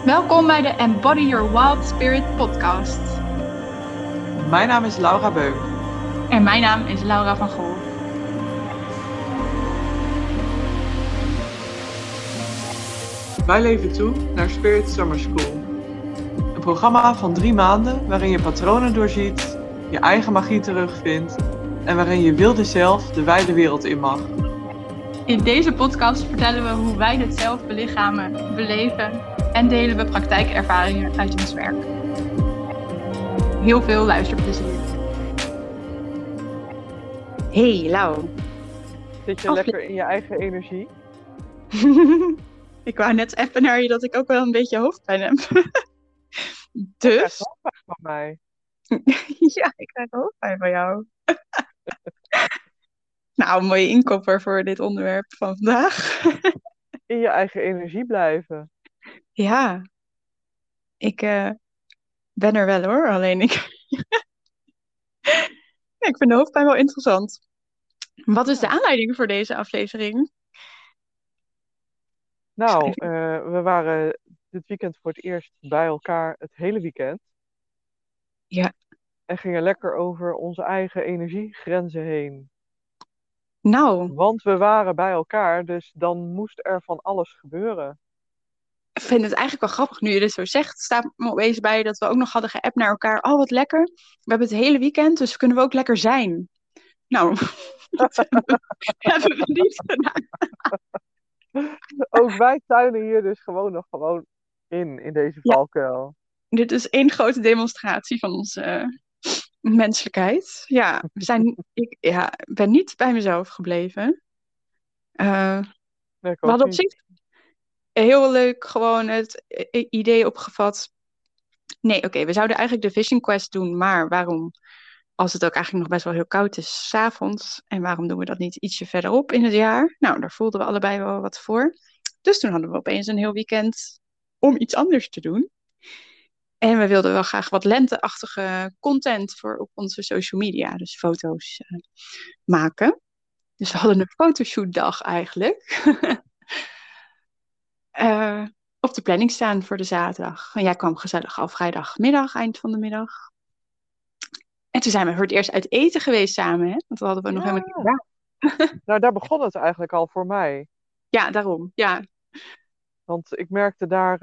Welkom bij de Embody Your Wild Spirit podcast. Mijn naam is Laura Beuk. En mijn naam is Laura van Gool. Wij leven toe naar Spirit Summer School. Een programma van 3 maanden waarin je patronen doorziet, je eigen magie terugvindt en waarin je wilde zelf de wijde wereld in mag. In deze podcast vertellen we hoe wij dit zelf belichamen, beleven en delen we praktijkervaringen uit ons werk. Heel veel luisterplezier. Hey Lau. Zit je lekker in je eigen energie? Ik wou net even naar je dat ik ook wel een beetje hoofdpijn heb. Dus? Je krijgt hoofdpijn van mij. Ja, ik krijg hoofdpijn van jou. Nou, een mooie inkopper voor dit onderwerp van vandaag. In je eigen energie blijven. Ja, ik ben er wel hoor, alleen ik... Ja, ik vind de hoofdpijn wel interessant. Wat is de aanleiding voor deze aflevering? Nou, we waren dit weekend voor het eerst bij elkaar het hele weekend. Ja. En gingen lekker over onze eigen energiegrenzen heen. Nou. Want we waren bij elkaar, dus dan moest er van alles gebeuren. Ik vind het eigenlijk wel grappig nu je dit zo zegt. Het staat me opeens bij dat we ook nog hadden geappt naar elkaar. Oh, wat lekker. We hebben het hele weekend, dus kunnen we ook lekker zijn. Nou, dat hebben we niet gedaan. Ook wij tuinen hier dus gewoon in deze valkuil. Ja, dit is één grote demonstratie van onze menselijkheid. Ja, ik ben niet bij mezelf gebleven. We hadden op zich heel leuk gewoon het idee opgevat. Nee, oké, we zouden eigenlijk de Vision Quest doen, maar waarom, als het ook eigenlijk nog best wel heel koud is, 's avonds, en waarom doen we dat niet ietsje verderop in het jaar? Nou, daar voelden we allebei wel wat voor. Dus toen hadden we opeens een heel weekend om iets anders te doen. En we wilden wel graag wat lenteachtige content voor op onze social media, dus foto's maken. Dus we hadden een fotoshootdag eigenlijk. Op de planning staan voor de zaterdag. En jij kwam gezellig al vrijdagmiddag, eind van de middag. En toen zijn we voor het eerst uit eten geweest samen, hè? Want dat hadden we nog helemaal niet gedaan. Nou, daar begon het eigenlijk al voor mij. Ja, daarom, ja. Want ik merkte daar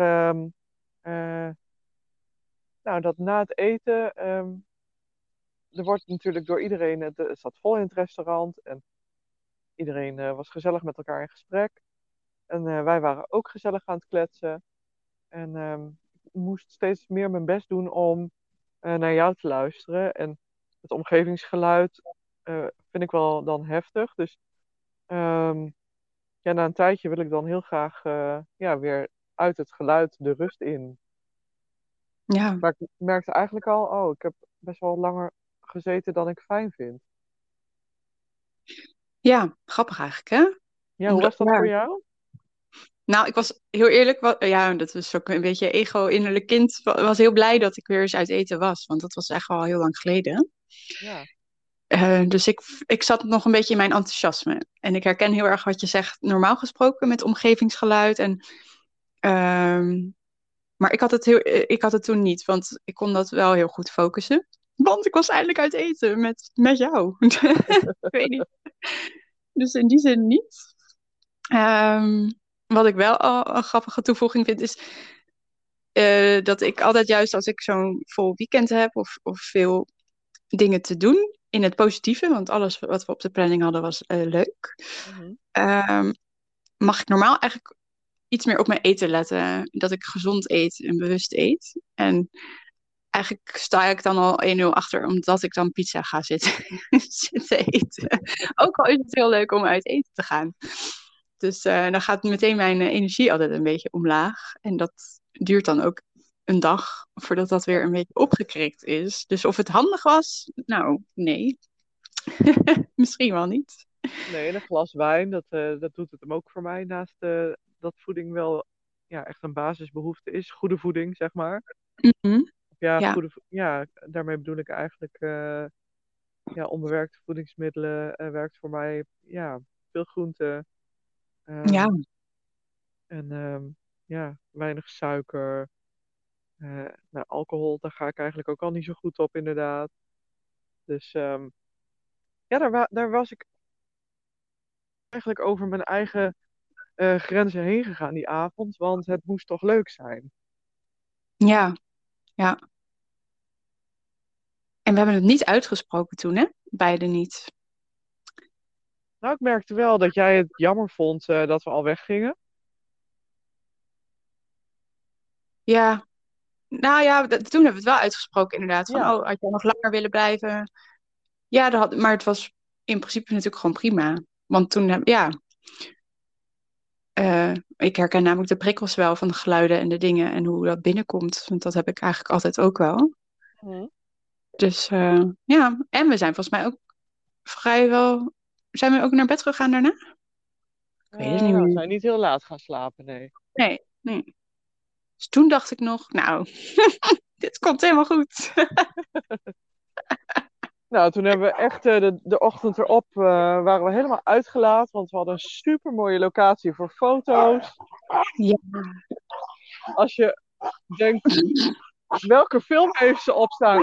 dat na het eten, er wordt natuurlijk door iedereen, het zat vol in het restaurant en iedereen was gezellig met elkaar in gesprek. En wij waren ook gezellig aan het kletsen. En ik moest steeds meer mijn best doen om naar jou te luisteren. En het omgevingsgeluid vind ik wel dan heftig. Dus na een tijdje wil ik dan heel graag weer uit het geluid de rust in. Ja. Maar ik merkte eigenlijk al, ik heb best wel langer gezeten dan ik fijn vind. Ja, grappig eigenlijk, hè? Ja, hoe was dat voor jou? Nou, ik was heel eerlijk, dat was ook een beetje ego-innerlijk kind. Was heel blij dat ik weer eens uit eten was, want dat was echt al heel lang geleden. Ja. Dus ik zat nog een beetje in mijn enthousiasme. En ik herken heel erg wat je zegt, normaal gesproken met omgevingsgeluid. Maar ik had het toen niet, want ik kon dat wel heel goed focussen. Want ik was eindelijk uit eten met jou. Ik weet niet. Dus in die zin niet. Wat ik wel al een grappige toevoeging vind, is dat ik altijd juist als ik zo'n vol weekend heb of veel dingen te doen, in het positieve, want alles wat we op de planning hadden was leuk, mag ik normaal eigenlijk iets meer op mijn eten letten. Dat ik gezond eet en bewust eet. En eigenlijk sta ik dan al 1-0 achter, omdat ik dan pizza ga zitten eten. Ook al is het heel leuk om uit eten te gaan. Dus dan gaat meteen mijn energie altijd een beetje omlaag. En dat duurt dan ook een dag voordat dat weer een beetje opgekrikt is. Dus of het handig was? Nou, nee. Misschien wel niet. Nee, een glas wijn, dat doet het hem ook voor mij. Naast dat voeding wel echt een basisbehoefte is. Goede voeding, zeg maar. Mm-hmm. Daarmee bedoel ik eigenlijk onbewerkte voedingsmiddelen werkt voor mij veel groente. Ja. En ja, weinig suiker. Nou, alcohol, daar ga ik eigenlijk ook al niet zo goed op, inderdaad. Dus ja, daar was ik eigenlijk over mijn eigen grenzen heen gegaan die avond, want het moest toch leuk zijn. Ja, ja. En we hebben het niet uitgesproken toen, hè? Beide niet. Nou, ik merkte wel dat jij het jammer vond dat we al weggingen. Ja, nou ja, toen hebben we het wel uitgesproken inderdaad. Van, Ja. oh, had jij nog langer willen blijven? Ja, maar het was in principe natuurlijk gewoon prima. Want toen, ik herken namelijk de prikkels wel van de geluiden en de dingen en hoe dat binnenkomt. Want dat heb ik eigenlijk altijd ook wel. Mhm. Dus ja, en we zijn volgens mij ook vrijwel... Zijn we ook naar bed gegaan daarna? Ik weet het niet Nou, we meer. zijn niet heel laat gaan slapen, nee. Nee, nee. Dus toen dacht ik nog, nou, dit komt helemaal goed. Nou, toen hebben we echt de ochtend erop waren we helemaal uitgelaten, want we hadden een super mooie locatie voor foto's. Ja. Als je denkt, welke film heeft ze opstaan?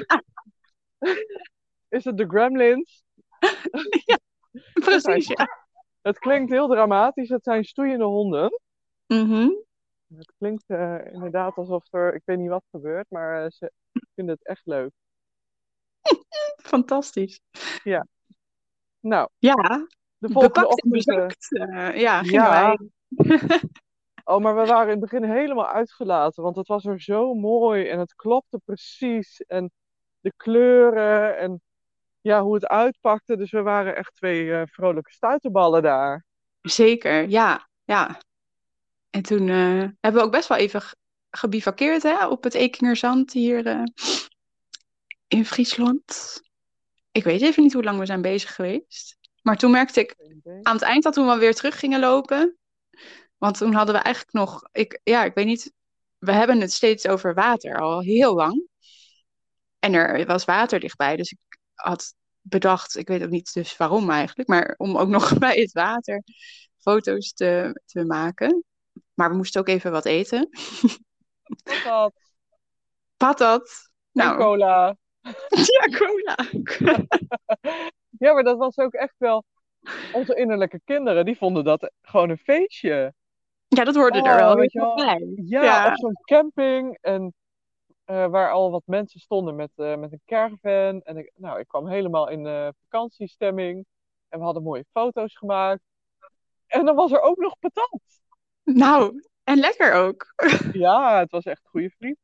Is het de Gremlins? Precies, ja. Het klinkt heel dramatisch, het zijn stoeiende honden. Mhm. Het klinkt inderdaad alsof er, ik weet niet wat gebeurt, maar ze vinden het echt leuk. Fantastisch. Ja. Nou, Ja, de volgende bepakt en ochtend. bezorgd. Ja, gingen wij. Oh, maar we waren in het begin helemaal uitgelaten, want het was er zo mooi en het klopte precies. En de kleuren en ja, hoe het uitpakte. Dus we waren echt twee vrolijke stuiterballen daar. Zeker, ja, ja. En toen hebben we ook best wel even gebivakkeerd hè, op het Ekingerzand hier in Friesland. Ik weet even niet hoe lang we zijn bezig geweest. Maar toen merkte ik aan het eind dat toen we weer terug gingen lopen. Want toen hadden we eigenlijk nog... ik weet niet... We hebben het steeds over water al heel lang. En er was water dichtbij. Dus ik had bedacht... Ik weet ook niet dus waarom eigenlijk. Maar om ook nog bij het water foto's te maken. Maar we moesten ook even wat eten. Patat. Patat. En Nou, cola. ja, cola. Ja, maar dat was ook echt wel... Onze innerlijke kinderen, die vonden dat gewoon een feestje. Ja, dat hoorde er wel weet weer je wel. bij. Ja, op zo'n camping en waar al wat mensen stonden met een caravan. En ik kwam helemaal in vakantiestemming. En we hadden mooie foto's gemaakt. En dan was er ook nog patat. Nou, en lekker ook. Ja, het was echt een goede vriend.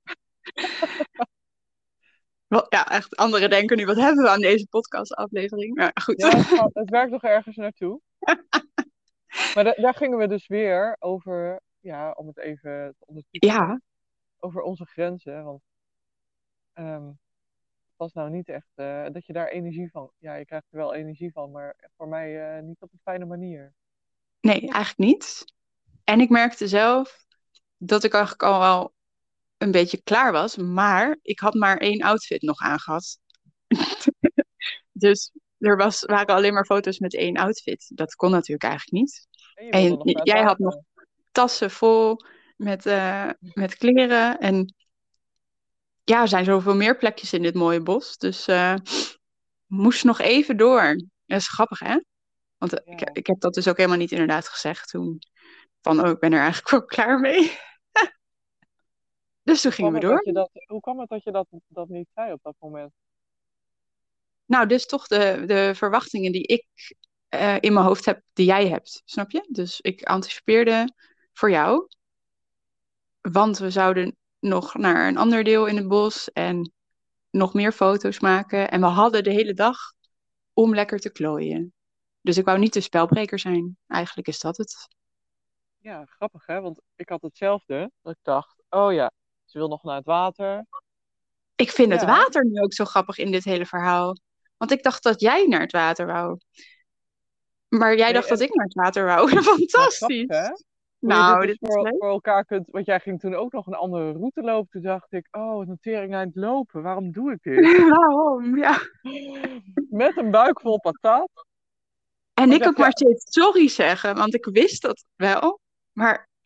Wel, ja, echt anderen denken nu, wat hebben we aan deze podcastaflevering? Maar goed. Ja, het werkt nog ergens naartoe. Maar daar gingen we dus weer over, ja, om het even te ondertitelen. Ja. Over onze grenzen. Want het was nou niet echt dat je daar energie van... Ja, je krijgt er wel energie van, maar voor mij niet op een fijne manier. Nee, eigenlijk niet. En ik merkte zelf dat ik eigenlijk al wel een beetje klaar was. Maar ik had maar 1 outfit nog aangehad. Dus waren alleen maar foto's met 1 outfit. Dat kon natuurlijk eigenlijk niet. En je En wilde nog naar het jij had water. nog tassen vol met kleren. En ja, er zijn zoveel meer plekjes in dit mooie bos. Dus moest nog even door. Dat is grappig, hè? Want Ja. ik heb dat dus ook helemaal niet inderdaad gezegd toen. Van, oh, ik ben er eigenlijk wel klaar mee. Dus toen gingen we door. Hoe kwam het dat je dat niet zei op dat moment? Nou, dus toch de verwachtingen die ik in mijn hoofd heb, die jij hebt. Snap je? Dus ik anticipeerde voor jou. Want we zouden nog naar een ander deel in het bos en nog meer foto's maken. En we hadden de hele dag om lekker te klooien. Dus ik wou niet de spelbreker zijn. Eigenlijk is dat het. Ja, grappig hè, want ik had hetzelfde. Dat ik dacht, oh ja, ze wil nog naar het water. Ik vind het Ja. water nu ook zo grappig in dit hele verhaal. Want ik dacht dat jij naar het water wou. Maar jij dacht dat ik naar het water wou. Fantastisch. Grappig, hè? Nou, dit dit is leuk. voor elkaar kunt. Want jij ging toen ook nog een andere route lopen. Toen dacht ik, oh, een notering aan het lopen. Waarom doe ik dit? Waarom? Ja. Met een buik vol patat. En ik ook maar steeds sorry zeggen, want ik wist dat wel. Maar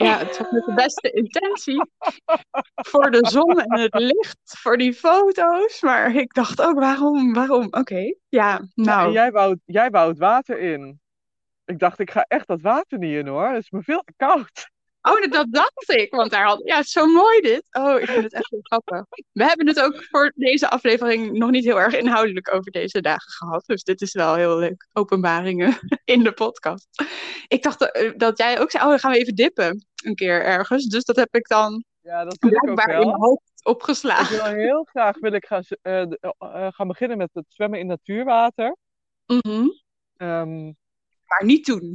Ja, het was met de beste intentie voor de zon en het licht, voor die foto's. Maar ik dacht ook, waarom? Oké, ja, Ja, en nou. jij wou het water in. Ik dacht, ik ga echt dat water niet in hoor. Het is me veel te koud. Oh, dat dacht ik, want ja, het is zo mooi dit. Oh, ik vind het echt heel grappig. We hebben het ook voor deze aflevering nog niet heel erg inhoudelijk over deze dagen gehad. Dus dit is wel heel leuk. Openbaringen in de podcast. Ik dacht dat jij ook zei, oh, dan gaan we even dippen een keer ergens. Dus dat heb ik dan Ja, dat wil ik ook blijkbaar in mijn wel. hoofd Ik wil opgeslagen. heel graag gaan beginnen met het zwemmen in natuurwater. Mhm. Ehm, Maar niet doen.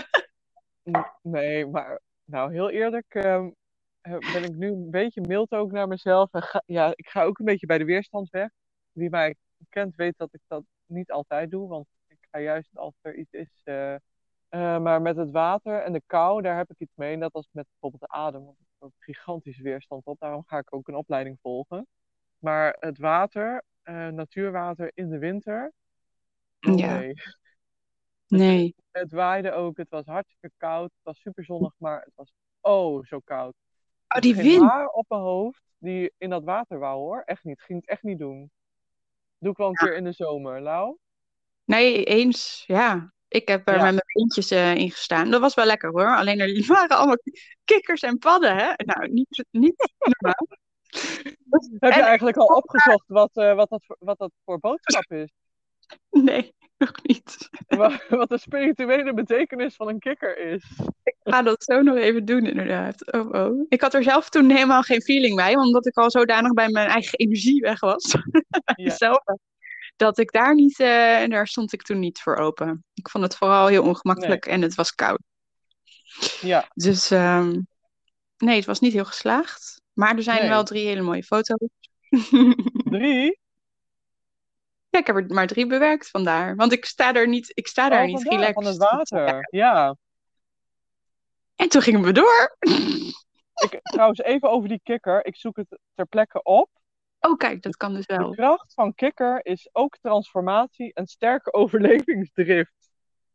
nee, maar nou heel eerlijk ben ik nu een beetje mild ook naar mezelf. En ja, ik ga ook een beetje bij de weerstand weg. Wie mij kent weet dat ik dat niet altijd doe, want ik ga juist als er iets is. Maar met het water en de kou, daar heb ik iets mee. Net als met bijvoorbeeld de adem, want ik heb ook gigantische weerstand op. Daarom ga ik ook een opleiding volgen. Maar het water, natuurwater in de winter, no Ja, way. Het, nee. het waaide ook, het was hartstikke koud, het was super zonnig, maar het was oh zo koud. Oh, Er is die geen wind. haar op mijn hoofd die in dat water wou hoor. Echt niet, ging het echt niet doen. Doe ik wel een keer in de zomer, Lau? Nee, eens. Ja. Ik heb er met Ja. mijn vriendjes in gestaan. Dat was wel lekker hoor. Alleen er waren allemaal kikkers en padden, hè? Nou, niet normaal. Heb je En eigenlijk al opgezocht wat dat voor boodschap is? nee, nog niet. Wat de spirituele betekenis van een kikker is? Ik ga dat zo nog even doen, inderdaad. Oh, oh. Ik had er zelf toen helemaal geen feeling bij, omdat ik al zodanig bij mijn eigen energie weg was. Ja, Zelf, dat ik daar niet, daar stond ik toen niet voor open. Ik vond het vooral heel nee. ongemakkelijk en het was koud. Ja, Dus nee, het was niet heel geslaagd. Maar er zijn wel nee. 3 hele mooie foto's. 3? Ja, ik heb er maar 3 bewerkt vandaar. Want ik sta daar Oh, niet vandaar, van het relaxed. water. Ja. En toen gingen we door. Trouwens, even over die kikker. Ik zoek het ter plekke op. Oh, kijk, dat kan dus De wel. kracht van kikker is ook transformatie en sterke overlevingsdrift.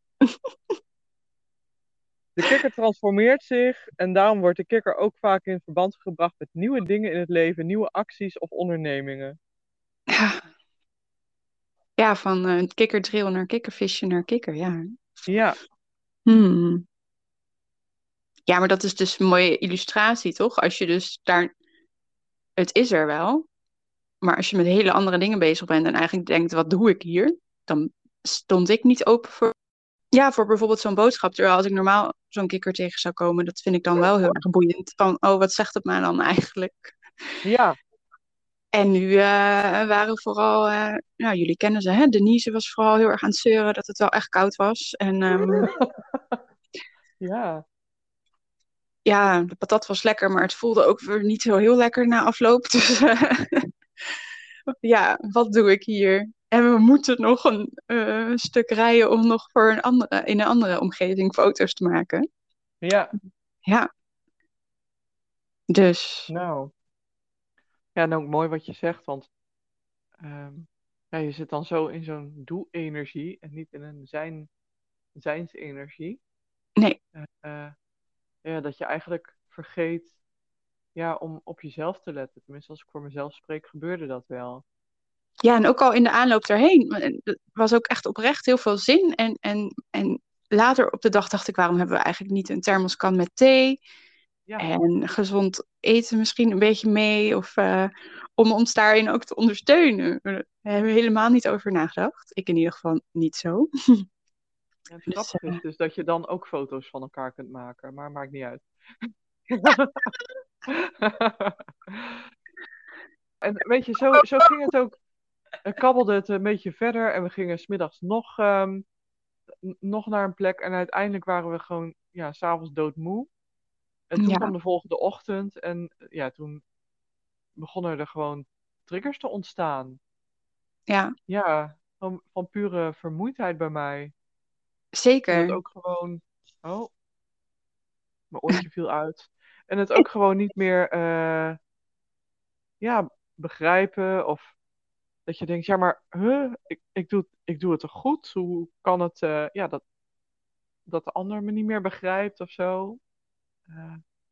De kikker transformeert zich en daarom wordt de kikker ook vaak in verband gebracht met nieuwe dingen in het leven, nieuwe acties of ondernemingen. Ja, ja van kikkerdrill naar kikkervisje naar kikker, ja. Ja, Hmm. Ja, maar dat is dus een mooie illustratie, toch? Als je dus daar... Het is er wel, maar als je met hele andere dingen bezig bent en eigenlijk denkt, wat doe ik hier? Dan stond ik niet open voor... Ja, voor bijvoorbeeld zo'n boodschap. Terwijl als ik normaal zo'n kikker tegen zou komen, dat vind ik dan wel heel erg boeiend. Van, oh, wat zegt het mij dan eigenlijk? ja, En nu waren vooral, nou, jullie kennen ze, hè? Denise was vooral heel erg aan het zeuren dat het wel echt koud was. En ja, ja, de patat was lekker, maar het voelde ook weer niet zo heel lekker na afloop. Dus ja, wat doe ik hier? En we moeten nog een stuk rijden om nog voor in een andere omgeving foto's te maken. ja. Ja, dus Nou, ja, nou mooi wat je zegt, want ehm, ja, je zit dan zo in zo'n doe-energie en niet in een zijnsenergie. nee. Eh, ja, dat je eigenlijk vergeet ja, om op jezelf te letten. Tenminste, als ik voor mezelf spreek, gebeurde dat wel. Ja, en ook al in de aanloop daarheen. Er was ook echt oprecht heel veel zin. En later op de dag dacht ik, waarom hebben we eigenlijk niet een thermoskan met thee? Ja, En gezond eten misschien een beetje mee. Of om ons daarin ook te ondersteunen. Daar hebben we helemaal niet over nagedacht. Ik in ieder geval niet zo. en het Dus grappige is dus dat je dan ook foto's van elkaar kunt maken, maar maakt niet uit. En weet je, zo ging het ook. Kabbelde het een beetje verder en we gingen smiddags nog naar een plek. En uiteindelijk waren we gewoon, ja, s'avonds doodmoe. En toen ja, kwam de volgende ochtend en ja, toen begonnen er gewoon triggers te ontstaan. ja, Ja, van pure vermoeidheid bij mij. En het zeker. ook gewoon, oh, mijn oortje viel uit. En het ook gewoon niet meer, ja, begrijpen of dat je denkt, ja, maar ik doe het toch goed? Hoe kan het ja, dat de ander me niet meer begrijpt of zo?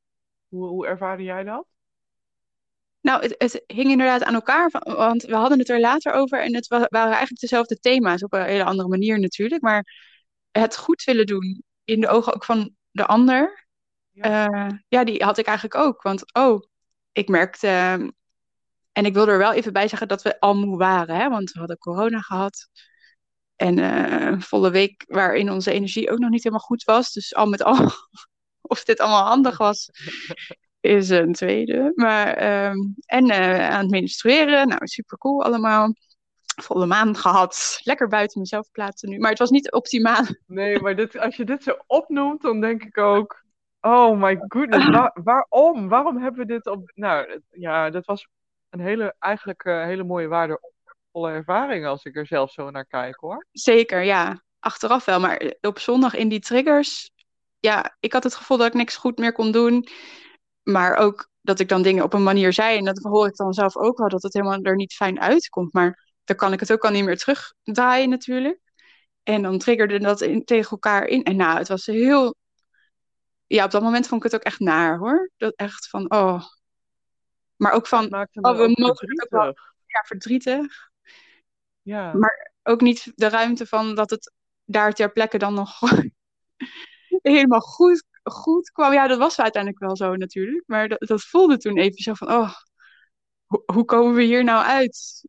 Hoe ervaarde jij dat? Nou, het hing inderdaad aan elkaar, want we hadden het er later over en het waren eigenlijk dezelfde thema's, op een hele andere manier natuurlijk, maar het goed willen doen in de ogen ook van de ander, Ja. ja, die had ik eigenlijk ook. Want, ik merkte, en ik wil er wel even bij zeggen dat we al moe waren, hè, want we hadden corona gehad en een volle week waarin onze energie ook nog niet helemaal goed was, dus al met al, of dit allemaal handig was, is een tweede. Maar, en aan het menstrueren, nou super cool allemaal. Volle maan gehad. Lekker buiten mezelf plaatsen nu. Maar het was niet optimaal. Nee, maar als je dit zo opnoemt, dan denk ik ook, oh my goodness, waarom? Waarom hebben we dit op... Nou, ja, dat was eigenlijk hele mooie, waardevolle ervaring als ik er zelf zo naar kijk, hoor. Zeker, ja. Achteraf wel. Maar op zondag in die triggers... Ja, ik had het gevoel dat ik niks goed meer kon doen. Maar ook dat ik dan dingen op een manier zei. En dat hoor ik dan zelf ook wel. Dat het helemaal er niet fijn uitkomt. Maar dan kan ik het ook al niet meer terugdraaien natuurlijk. En dan triggerde dat tegen elkaar in. En nou, het was heel... Ja, op dat moment vond ik het ook echt naar, hoor. Dat echt van, oh... Maar ook Ja, het van, maakte me we ook mogen het ook wel, verdrietig. ja, verdrietig. Ja, Maar ook niet de ruimte van dat het daar ter plekke dan nog helemaal goed kwam. Ja, dat was uiteindelijk wel zo natuurlijk. Maar dat voelde toen even zo van, hoe komen we hier nou uit?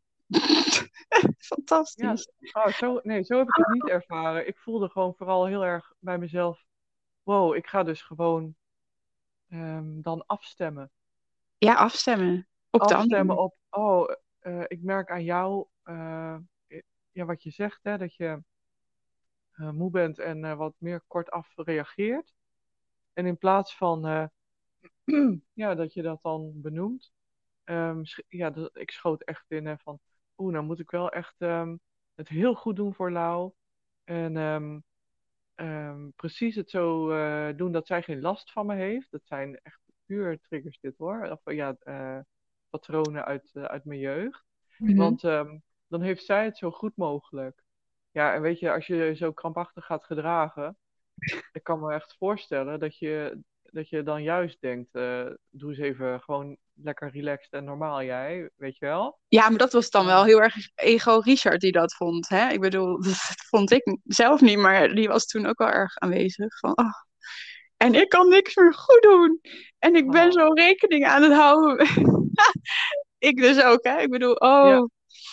ja. Fantastisch. Oh, zo heb ik het niet ervaren. Ik voelde gewoon vooral heel erg bij mezelf, wow, ik ga dus gewoon dan afstemmen. Ja, afstemmen. Op de Afstemmen andere. op, ik merk aan jou, ja, wat je zegt, hè, dat je moe bent en wat meer kortaf reageert. En in plaats van ja, dat je dat dan benoemt, ja, ik schoot echt binnen van, nou moet ik wel echt het heel goed doen voor Lau. En precies het zo doen dat zij geen last van me heeft. Dat zijn echt puur triggers dit, hoor. Of ja, patronen uit mijn jeugd. Mhm. Want dan heeft zij het zo goed mogelijk. Ja, en weet je, als je je zo krampachtig gaat gedragen, ik kan me echt voorstellen dat je dan juist denkt, doe eens even gewoon lekker relaxed en normaal jij, weet je wel? Ja, maar dat was dan wel heel erg ego Richard die dat vond. Hè? Ik bedoel, dat vond ik zelf niet, maar die was toen ook wel erg aanwezig. Van, en ik kan niks meer goed doen. En ik ben Oh, zo rekening aan het houden. Ik dus ook, hè. Ik bedoel, ja,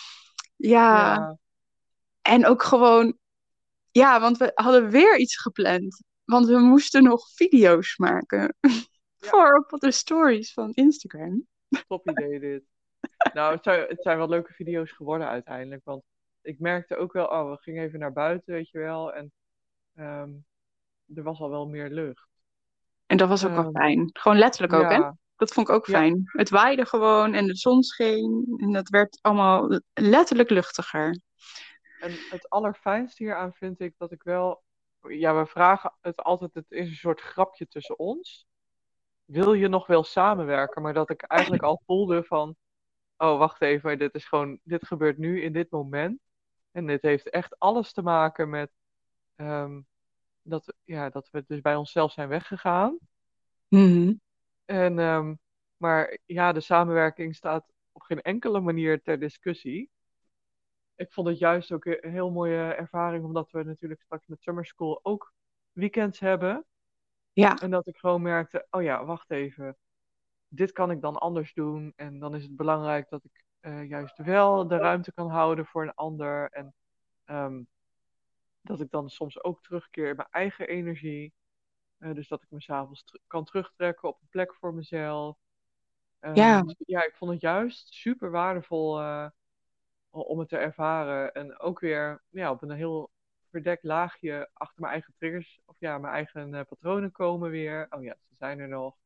ja. ja, En ook gewoon, ja, want we hadden weer iets gepland. Want we moesten nog video's maken ja, voor op de stories van Instagram. top idee dit. Nou, het zijn wel leuke video's geworden uiteindelijk, want ik merkte ook wel, we gingen even naar buiten, weet je wel, en ehm, er was al wel meer lucht. En dat was ook wel Ehm, fijn. Gewoon letterlijk ook, hè. ja, Dat vond ik ook ja, fijn. Het waaide gewoon en de zon scheen. En dat werd allemaal letterlijk luchtiger. en het allerfijnste hieraan vind ik dat ik wel, ja, we vragen het altijd, het is een soort grapje tussen ons. Wil je nog wel samenwerken? Maar dat ik eigenlijk al voelde van, oh, wacht even, dit gebeurt nu in dit moment. En dit heeft echt alles te maken met ehm, dat we dus bij onszelf zijn weggegaan. Mhm. En, maar ja, de samenwerking staat op geen enkele manier ter discussie. Ik vond het juist ook een heel mooie ervaring, omdat we natuurlijk straks met Summer School ook weekends hebben. Ja, En dat ik gewoon merkte, oh ja, wacht even, dit kan ik dan anders doen. En dan is het belangrijk dat ik juist wel de ruimte kan houden voor een ander. En ehm, dat ik dan soms ook terugkeer in mijn eigen energie. Dus dat ik me s'avonds kan terugtrekken op een plek voor mezelf. ja, Dus ja, ik vond het juist super waardevol om het te ervaren. En ook weer ja, op een heel verdekt laagje achter mijn eigen triggers, of ja, mijn eigen patronen komen weer. Oh ja, ze zijn er nog.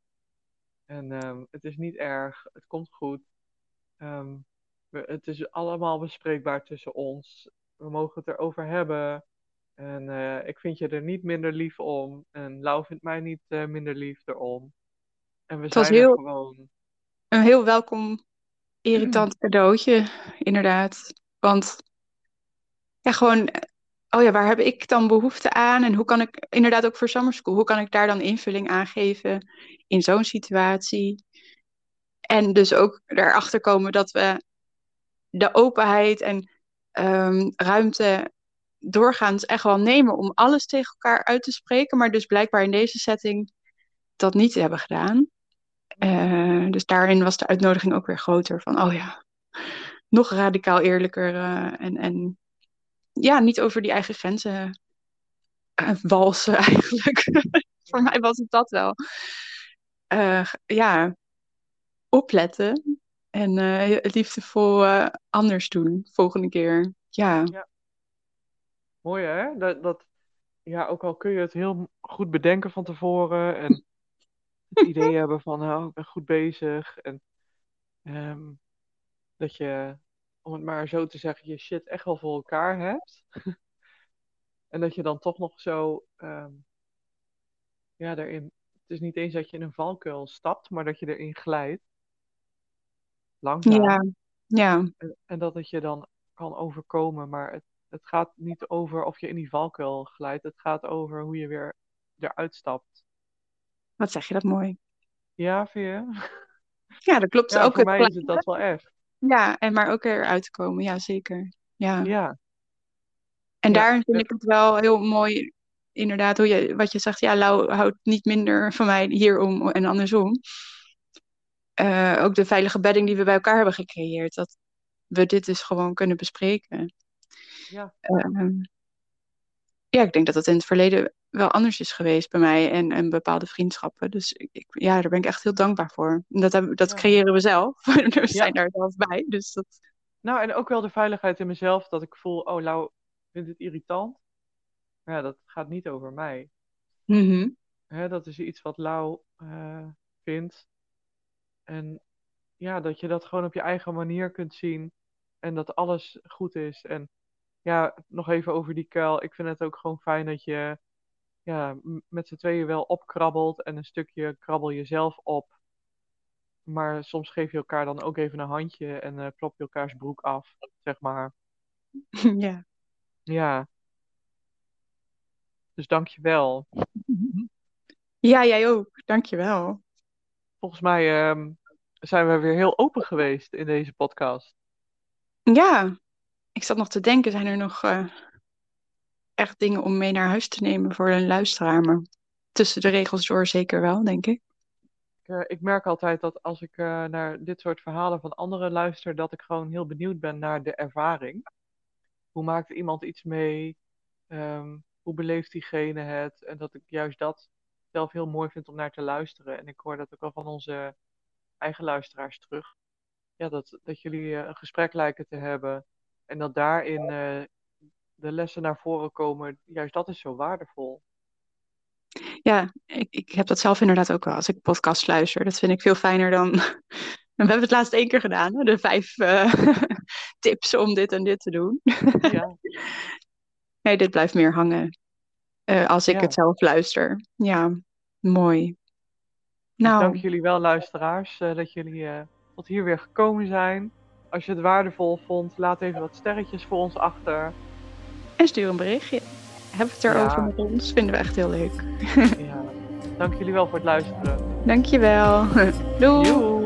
En het is niet erg, het komt goed. Ehm, het is allemaal bespreekbaar tussen ons. We mogen het erover hebben. En ik vind je er niet minder lief om. En Lau vindt mij niet minder lief erom. En we het was zijn er gewoon. een heel welkom, irritant cadeautje, inderdaad. Want ja, gewoon. oh ja, waar heb ik dan behoefte aan? En hoe kan ik, inderdaad ook voor summer school, hoe kan ik daar dan invulling aan geven in zo'n situatie? En dus ook erachter komen dat we de openheid en ruimte doorgaans echt wel nemen om alles tegen elkaar uit te spreken, maar dus blijkbaar in deze setting dat niet hebben gedaan. Dus daarin was de uitnodiging ook weer groter van, oh ja, nog radicaal eerlijker en ja, niet over die eigen grenzen walsen eigenlijk. Voor mij was het dat wel. Ja, opletten en liefdevol anders doen volgende keer. Ja. Ja, mooi hè? Ja, ook al kun je het heel goed bedenken van tevoren en het idee hebben van, nou, ik ben goed bezig. En ehm, dat je, om het maar zo te zeggen, je shit echt wel voor elkaar hebt. En dat je dan toch nog zo, ja, daarin, het is niet eens dat je in een valkuil stapt, maar dat je erin glijdt, Ja, langzaam. ja. En dat het je dan kan overkomen. Maar het gaat niet over of je in die valkuil glijdt. Het gaat over hoe je weer eruit stapt. Wat zeg je dat mooi. Ja, vind je? Ja, dat klopt Ja, ook. voor Het mij is het dat blijven. wel echt. Ja, en maar ook eruit te komen. Ja, zeker. Ja. Ja, En ja, daarin vind ik het wel heel mooi, inderdaad, wat je zegt. Ja, Lau houdt niet minder van mij hierom en andersom. Ook de veilige bedding die we bij elkaar hebben gecreëerd. Dat we dit dus gewoon kunnen bespreken. ja, Ehm, ja, ik denk dat dat in het verleden wel anders is geweest bij mij en bepaalde vriendschappen. Dus ja, daar ben ik echt heel dankbaar voor. En dat ja. creëren we zelf. We Ja, zijn daar zelf bij. Dus dat. nou en ook wel de veiligheid in mezelf. Dat ik voel, oh, Lau vindt het irritant. Maar ja, dat gaat niet over mij. Mhm. Hè, dat is iets wat Lau vindt. En ja, dat je dat gewoon op je eigen manier kunt zien. En dat alles goed is. En ja, nog even over die kuil. Ik vind het ook gewoon fijn dat je ja, met z'n tweeën wel opkrabbelt. En een stukje krabbel je zelf op. Maar soms geef je elkaar dan ook even een handje en klop je elkaars broek af, zeg maar. Ja. Ja, dus dank je wel. Ja, jij ook. Dankjewel. Volgens mij zijn we weer heel open geweest in deze podcast. Ja, ik zat nog te denken, zijn er nog echt dingen om mee naar huis te nemen voor een luisteraar? Maar tussen de regels door zeker wel, denk ik. Ik merk altijd dat als ik naar dit soort verhalen van anderen luister, dat ik gewoon heel benieuwd ben naar de ervaring. Hoe maakt iemand iets mee? Hoe beleeft diegene het? En dat ik juist dat zelf heel mooi vind om naar te luisteren. En ik hoor dat ook al van onze eigen luisteraars terug. Ja, dat jullie een gesprek lijken te hebben. En dat daarin de lessen naar voren komen. Juist dat is zo waardevol. Ja, ik heb dat zelf inderdaad ook wel als ik podcast luister. Dat vind ik veel fijner dan. We hebben het laatst 1 keer gedaan, hè? De 5 tips om dit en dit te doen. Ja, Nee, dit blijft meer hangen als ik het ja. zelf luister. Ja, mooi. Dus dank Nou, jullie wel, luisteraars, dat jullie tot hier weer gekomen zijn. Als je het waardevol vond, laat even wat sterretjes voor ons achter. en stuur een berichtje. Heb het erover Ja, met ons. Vinden we echt heel leuk. ja. Dank jullie wel voor het luisteren. Dankjewel. Doei. Joe.